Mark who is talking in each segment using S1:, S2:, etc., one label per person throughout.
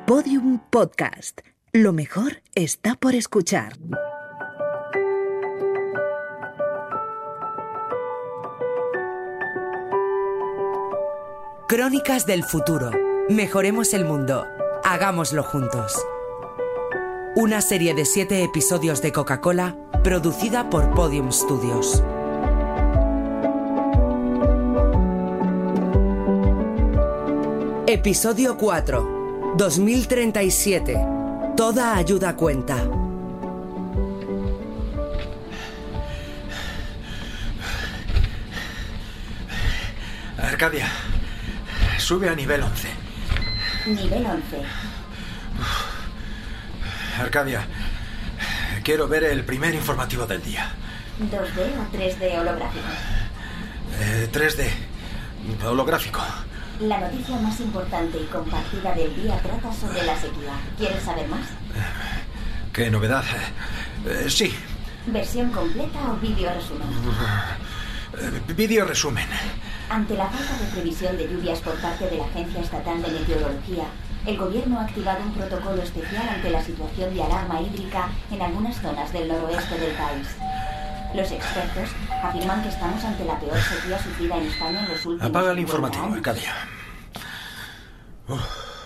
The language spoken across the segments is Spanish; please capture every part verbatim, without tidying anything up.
S1: Podium Podcast. Lo mejor está por escuchar.
S2: Crónicas del futuro. Mejoremos el mundo. Hagámoslo juntos. Una serie de siete episodios de Coca-Cola producida por Podium Studios. Episodio cuatro. dos mil treinta y siete. Toda ayuda cuenta.
S3: Arcadia, sube a nivel once.
S4: Nivel once.
S3: Arcadia, quiero ver el primer informativo del día.
S4: ¿dos D o tres D holográfico?
S3: Eh, tres D, holográfico.
S4: La noticia más importante y compartida del día trata sobre la sequía. ¿Quieres saber más?
S3: ¿Qué novedad? Eh, sí.
S4: ¿Versión completa o vídeo resumen?
S3: Eh, vídeo resumen.
S4: Ante la falta de previsión de lluvias por parte de la Agencia Estatal de Meteorología, el gobierno ha activado un protocolo especial ante la situación de alarma hídrica en algunas zonas del noroeste del país. Los expertos afirman que estamos ante la peor sequía sufrida en España en los últimos
S3: Apaga el informativo,
S4: años.
S3: Arcadia. Uf.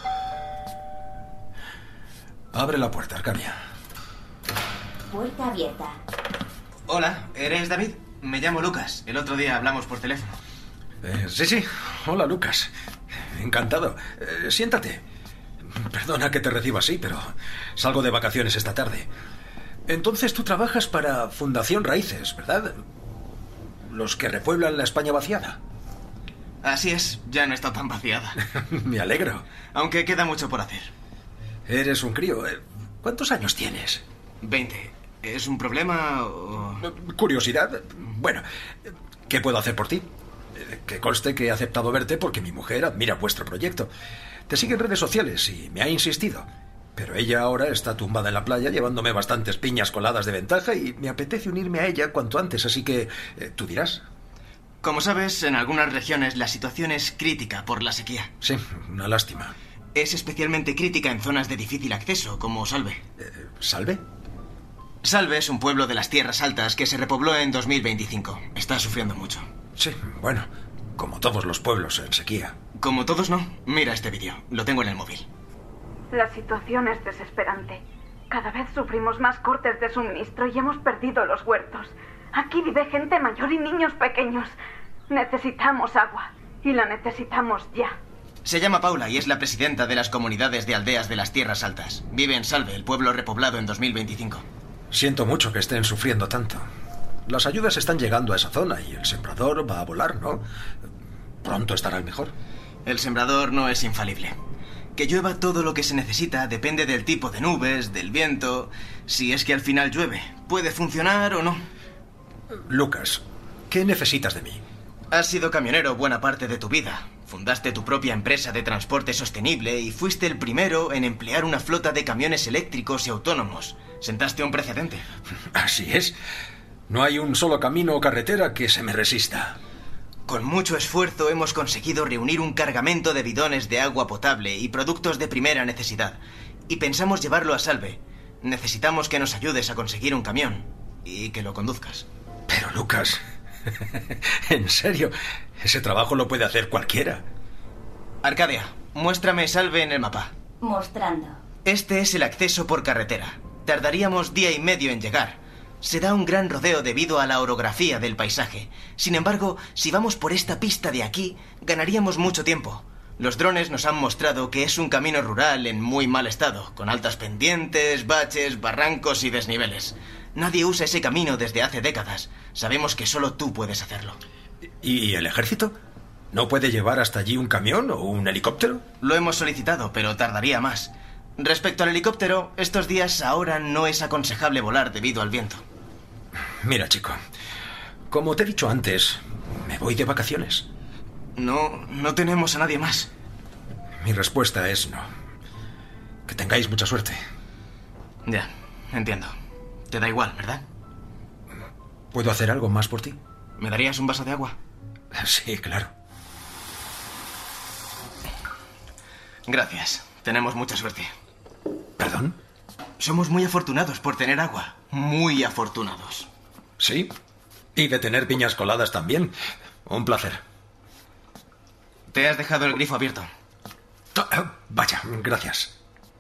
S3: Abre la puerta, Arcadia.
S4: Puerta abierta.
S5: Hola, ¿eres David? Me llamo Lucas. El otro día hablamos por teléfono.
S3: Eh, sí, sí. Hola, Lucas. Encantado. Eh, siéntate. Perdona que te reciba así, pero salgo de vacaciones esta tarde. Entonces tú trabajas para Fundación Raíces, ¿verdad? Los que repueblan la España vaciada.
S5: Así es, ya no está tan vaciada.
S3: Me alegro.
S5: Aunque queda mucho por hacer.
S3: Eres un crío. ¿Cuántos años tienes?
S5: Veinte. ¿Es un problema o...?
S3: ¿Curiosidad? Bueno, ¿qué puedo hacer por ti? Que conste que he aceptado verte porque mi mujer admira vuestro proyecto. Te sigue en redes sociales y me ha insistido. Pero ella ahora está tumbada en la playa llevándome bastantes piñas coladas de ventaja y me apetece unirme a ella cuanto antes, así que eh, tú dirás.
S5: Como sabes, en algunas regiones la situación es crítica por la sequía.
S3: Sí, una lástima.
S5: Es especialmente crítica en zonas de difícil acceso, como Salve.
S3: Eh, ¿Salve?
S5: Salve es un pueblo de las Tierras Altas que se repobló en dos mil veinticinco. Está sufriendo mucho.
S3: Sí, bueno, como todos los pueblos en sequía.
S5: Como todos no. Mira este vídeo, lo tengo en el móvil.
S6: La situación es desesperante. Cada vez sufrimos más cortes de suministro y hemos perdido los huertos. Aquí vive gente mayor y niños pequeños. Necesitamos agua y la necesitamos ya.
S5: Se llama Paula y es la presidenta de las comunidades de aldeas de las Tierras Altas. Vive en Salve, el pueblo repoblado en dos mil veinticinco.
S3: Siento mucho que estén sufriendo tanto. Las ayudas están llegando a esa zona y el sembrador va a volar, ¿no? Pronto estará el mejor.
S5: El sembrador no es infalible. Que llueva todo lo que se necesita depende del tipo de nubes, del viento. Si es que al final llueve, puede funcionar o no.
S3: Lucas, ¿qué necesitas de mí?
S5: Has sido camionero buena parte de tu vida. Fundaste tu propia empresa de transporte sostenible y fuiste el primero en emplear una flota de camiones eléctricos y autónomos. Sentaste un precedente.
S3: Así es. No hay un solo camino o carretera que se me resista.
S5: Con mucho esfuerzo hemos conseguido reunir un cargamento de bidones de agua potable y productos de primera necesidad. Y pensamos llevarlo a Salve. Necesitamos que nos ayudes a conseguir un camión y que lo conduzcas.
S3: Pero, Lucas, en serio, ese trabajo lo puede hacer cualquiera.
S5: Arcadia, muéstrame Salve en el mapa.
S4: Mostrando.
S5: Este es el acceso por carretera. Tardaríamos día y medio en llegar. Se da un gran rodeo debido a la orografía del paisaje. Sin embargo, si vamos por esta pista de aquí, ganaríamos mucho tiempo. Los drones nos han mostrado que es un camino rural en muy mal estado, con altas pendientes, baches, barrancos y desniveles. Nadie usa ese camino desde hace décadas. Sabemos que solo tú puedes hacerlo.
S3: ¿Y el ejército? ¿No puede llevar hasta allí un camión o un helicóptero?
S5: Lo hemos solicitado, pero tardaría más. Respecto al helicóptero, estos días ahora no es aconsejable volar debido al viento.
S3: Mira, chico, como te he dicho antes, me voy de vacaciones.
S5: No, no tenemos a nadie más.
S3: Mi respuesta es no. Que tengáis mucha suerte.
S5: Ya, entiendo. Te da igual, ¿verdad?
S3: ¿Puedo hacer algo más por ti?
S5: ¿Me darías un vaso de agua?
S3: Sí, claro.
S5: Gracias. tenemos mucha suerte.
S3: ¿Perdón?
S5: Somos muy afortunados por tener agua. Muy afortunados.
S3: Sí. Y de tener piñas coladas también. Un placer.
S5: Te has dejado el grifo abierto.
S3: Ah, vaya, gracias.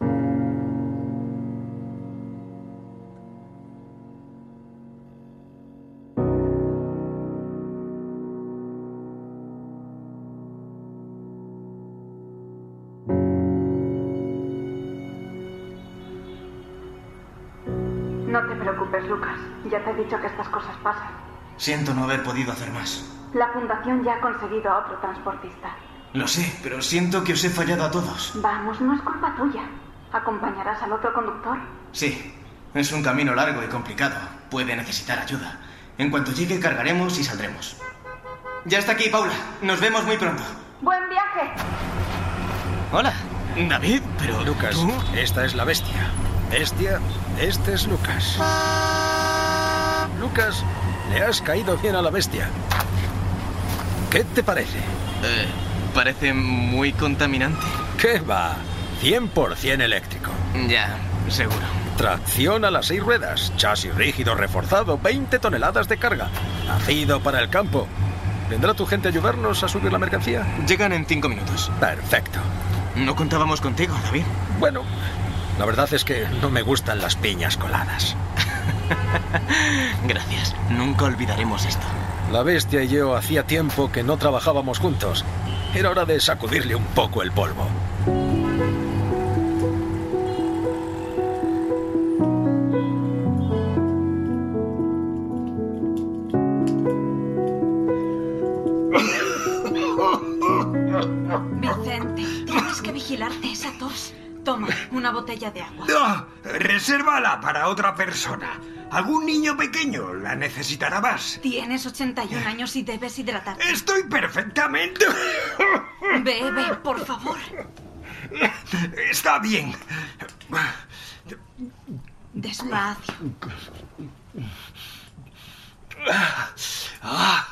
S6: No te preocupes, Lucas. Ya te he dicho que estas cosas pasan.
S5: Siento no haber podido hacer más.
S6: La fundación ya ha conseguido a otro transportista.
S5: Lo sé, pero siento que os he fallado a todos.
S6: Vamos, no es culpa tuya. ¿Acompañarás al otro conductor?
S5: Sí, es un camino largo y complicado. Puede necesitar ayuda. En cuanto llegue, cargaremos y saldremos. Ya está aquí, Paula. Nos vemos muy pronto.
S6: ¡Buen viaje!
S5: Hola, David, pero...
S3: Lucas,
S5: ¿tú?
S3: esta es la bestia. Bestia, este es Lucas. Lucas, le has caído bien a la bestia. ¿Qué te parece?
S5: Eh, parece muy contaminante.
S3: ¿Qué va? cien por ciento eléctrico.
S5: Ya, seguro.
S3: Tracción a las seis ruedas, chasis rígido reforzado, veinte toneladas de carga. Nacido para el campo. ¿Vendrá tu gente a ayudarnos a subir la mercancía?
S5: Llegan en cinco minutos.
S3: Perfecto.
S5: No contábamos contigo, David.
S3: Bueno, la verdad es que no me gustan las piñas coladas.
S5: Gracias. Nunca olvidaremos esto.
S3: La bestia y yo hacía tiempo que no trabajábamos juntos. Era hora de sacudirle un poco el polvo.
S7: Vicente, tienes que vigilarte esa tos. Toma, una botella de agua.
S8: No, resérvala para otra persona. Algún niño pequeño la necesitará más.
S7: Tienes ochenta y un años y debes hidratarte.
S8: Estoy perfectamente...
S7: Bebe, por favor.
S8: Está bien.
S7: Despacio.
S8: Ah.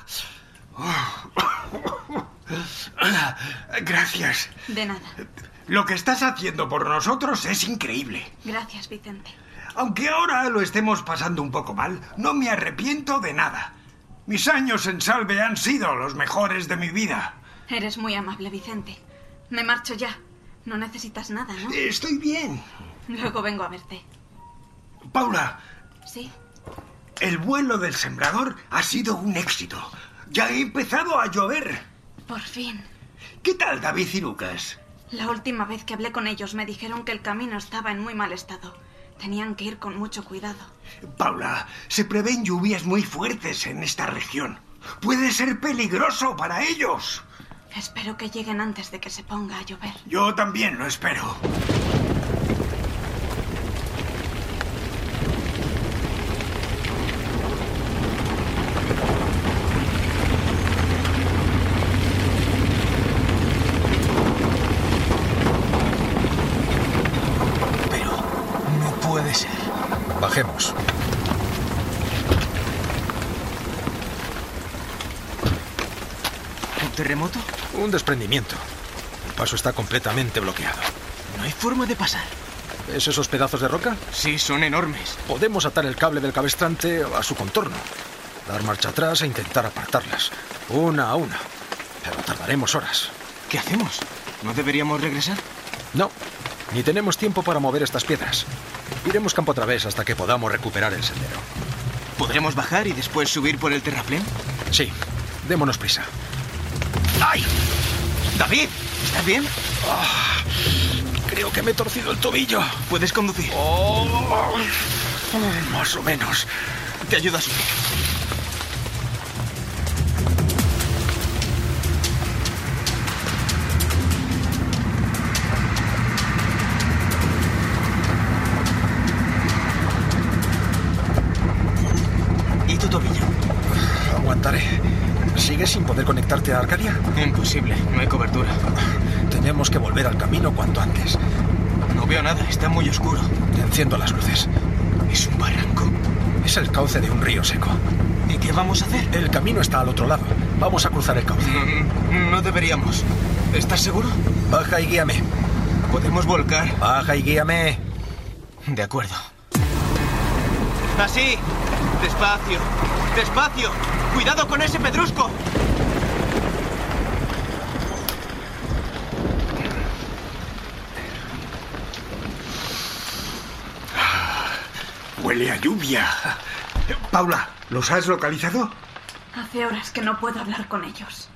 S8: Gracias.
S7: De nada.
S8: Lo que estás haciendo por nosotros es increíble.
S7: Gracias, Vicente.
S8: Aunque ahora lo estemos pasando un poco mal, no me arrepiento de nada. Mis años en Salve han sido los mejores de mi vida.
S7: Eres muy amable, Vicente. Me marcho ya. No necesitas nada, ¿no?
S8: Estoy bien.
S7: Luego vengo a verte.
S8: Paula,
S7: ¿Sí?
S8: el vuelo del sembrador ha sido un éxito. Ya ha empezado a llover.
S7: Por fin.
S8: ¿Qué tal David y Lucas?
S7: La última vez que hablé con ellos me dijeron que el camino estaba en muy mal estado. Tenían que ir con mucho cuidado.
S8: Paula, se prevén lluvias muy fuertes en esta región. Puede ser peligroso para ellos.
S7: Espero que lleguen antes de que se ponga a llover.
S8: Yo también lo espero.
S3: Bajemos.
S5: ¿Un terremoto?
S3: Un desprendimiento. El paso está completamente bloqueado.
S5: No hay forma de pasar.
S3: ¿Ves esos pedazos de roca?
S5: Sí, son enormes.
S3: Podemos atar el cable del cabestrante a su contorno, dar marcha atrás e intentar apartarlas, una a una. Pero tardaremos horas.
S5: ¿Qué hacemos? ¿No deberíamos regresar?
S3: No, ni tenemos tiempo para mover estas piedras. Iremos campo a través hasta que podamos recuperar el sendero.
S5: ¿Podremos bajar y después subir por el terraplén?
S3: Sí, démonos prisa.
S5: ¡Ay! ¡David! ¿Estás bien?
S3: Oh, creo que me he torcido el tobillo.
S5: ¿Puedes conducir?
S3: Oh, más o menos.
S5: Te ayudo a subir. ¿Y tu tobillo?
S3: Aguantaré. ¿Sigues sin poder conectarte a Arcadia?
S5: Imposible, no hay cobertura.
S3: Tenemos que volver al camino cuanto antes.
S5: No veo nada, está muy oscuro.
S3: Enciendo las luces.
S5: ¿Es un barranco?
S3: Es el cauce de un río seco.
S5: ¿Y qué vamos a hacer?
S3: El camino está al otro lado. Vamos a cruzar el cauce.
S5: No, no deberíamos. ¿Estás seguro?
S3: Baja y guíame.
S5: Podemos volcar.
S3: Baja y guíame.
S5: De acuerdo. Así. Despacio. Despacio. Cuidado con ese pedrusco.
S8: Huele a lluvia. Paula, ¿los has localizado?
S7: Hace horas que no puedo hablar con ellos.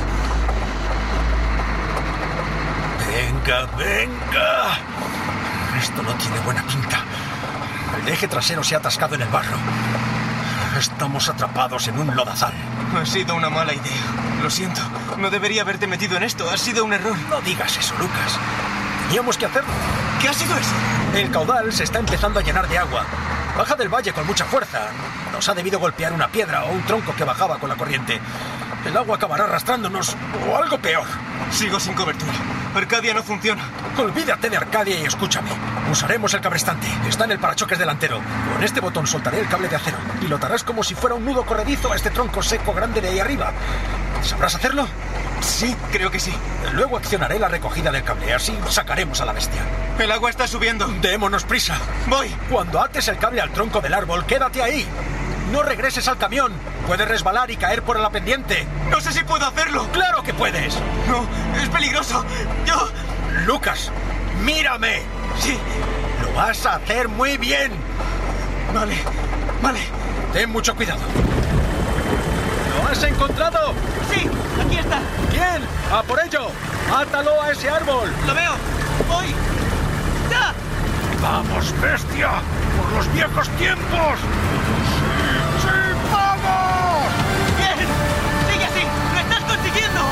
S3: Venga, venga. Esto no tiene buena pinta. El eje trasero se ha atascado en el barro. Estamos atrapados en un lodazal.
S5: Ha sido una mala idea. Lo siento. No debería haberte metido en esto. Ha sido un error.
S3: No digas eso, Lucas. Teníamos que hacerlo.
S5: ¿Qué ha sido eso?
S3: El caudal se está empezando a llenar de agua. Baja del valle con mucha fuerza. Nos ha debido golpear una piedra o un tronco que bajaba con la corriente. El agua acabará arrastrándonos o algo peor.
S5: Sigo sin cobertura. Arcadia no funciona.
S3: Olvídate de Arcadia y escúchame. Usaremos el cabrestante. Está en el parachoques delantero. Con este botón soltaré el cable de acero. Pilotarás como si fuera un nudo corredizo a este tronco seco grande de ahí arriba. ¿Sabrás hacerlo?
S5: Sí, creo que sí.
S3: Luego accionaré la recogida del cable. Así sacaremos a la bestia.
S5: El agua está subiendo.
S3: Démonos prisa.
S5: Voy.
S3: Cuando ates el cable al tronco del árbol, quédate ahí. No regreses al camión. Puedes resbalar y caer por la pendiente.
S5: No sé si puedo hacerlo.
S3: ¡Claro que puedes!
S5: No, es peligroso. Yo...
S3: Lucas, mírame.
S5: Sí.
S3: Lo vas a hacer muy bien.
S5: Vale, vale.
S3: Ten mucho cuidado. ¿Lo has encontrado?
S5: Sí, aquí está.
S3: Bien, a por ello. Átalo a ese árbol.
S5: Lo veo. Voy. ¡Ya!
S3: ¡Vamos, bestia! ¡Por los viejos tiempos! ¡Sí, sí, vamos!
S5: ¡Bien! ¡Sigue así! ¡Lo estás consiguiendo!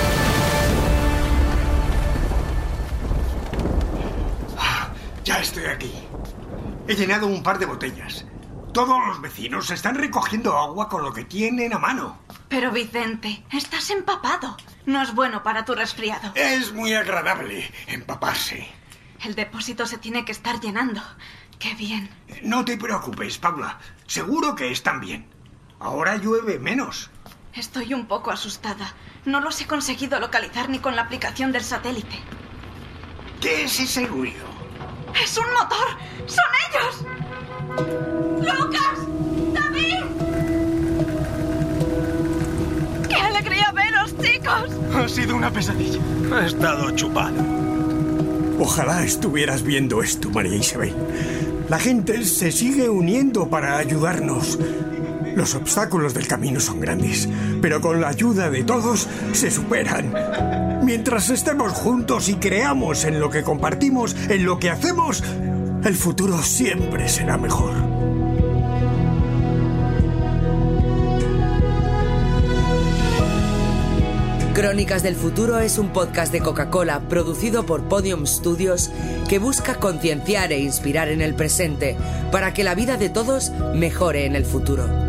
S8: Ah, ya estoy aquí. He llenado un par de botellas. Todos los vecinos están recogiendo agua con lo que tienen a mano.
S7: Pero Vicente, estás empapado. No es bueno para tu resfriado.
S8: Es muy agradable empaparse.
S7: El depósito se tiene que estar llenando. ¡Qué bien!
S8: No te preocupes, Paula. Seguro que están bien. Ahora llueve menos.
S7: Estoy un poco asustada. No los he conseguido localizar ni con la aplicación del satélite.
S8: ¿Qué es ese ruido?
S7: ¡Es un motor! ¡Son ellos! ¡Lucas! ¡David! ¡Qué alegría veros, chicos!
S5: Ha sido una pesadilla.
S3: Ha estado chupado.
S8: Ojalá estuvieras viendo esto, María Isabel. La gente se sigue uniendo para ayudarnos. Los obstáculos del camino son grandes, pero con la ayuda de todos se superan. Mientras estemos juntos y creamos en lo que compartimos, en lo que hacemos, el futuro siempre será mejor.
S2: Crónicas del Futuro es un podcast de Coca-Cola producido por Podium Studios que busca concienciar e inspirar en el presente para que la vida de todos mejore en el futuro.